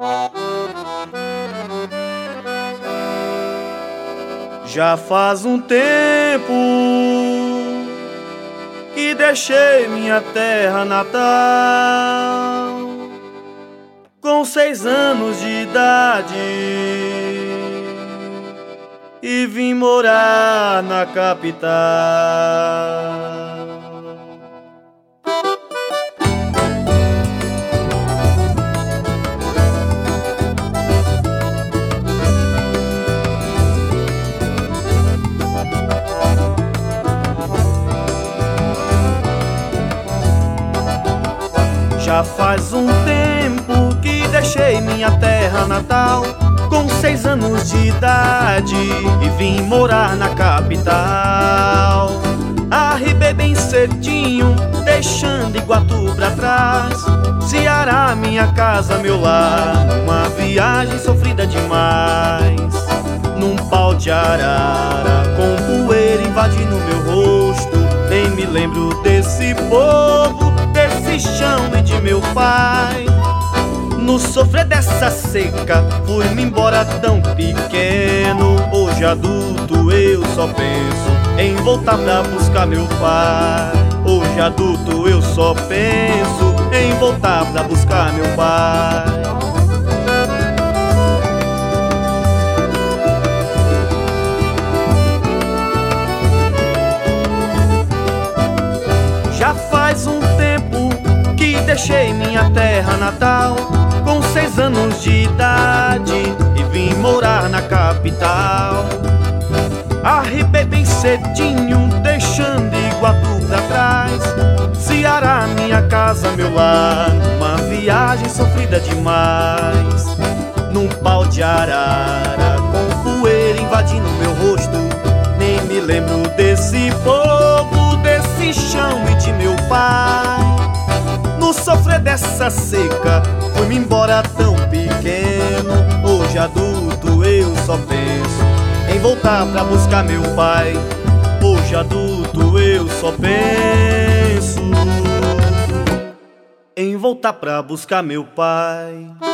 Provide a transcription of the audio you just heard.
Já faz um tempo que deixei minha terra natal. Com 6 anos de idade e vim morar na capital. Já faz um tempo que deixei minha terra natal. Com 6 anos de idade e vim morar na capital. Arribei bem cedinho, deixando Iguatu pra trás. Ceará, minha casa, meu lar, uma viagem sofrida demais. Num pau de arara, com poeira invadindo meu rosto. Nem me lembro desse povo, desse chão e de meu pai. No sofrer dessa seca, fui-me embora tão pequeno. Hoje adulto eu só penso em voltar pra buscar meu pai. Hoje adulto eu só penso em voltar pra buscar meu pai. Já faz um tempo que deixei minha terra natal. Com 6 anos de idade e vim morar na capital. Arribei bem cedinho, deixando Iguatu pra trás. Ceará, minha casa, meu lar, uma viagem sofrida demais. Num pau de arara, com poeira invadindo meu rosto. Nem me lembro desse povo, desse chão e de meu pai. No sofrer dessa seca, fui-me embora tão pequeno. Hoje adulto eu só penso em voltar pra buscar meu pai. Hoje adulto eu só penso em voltar pra buscar meu pai.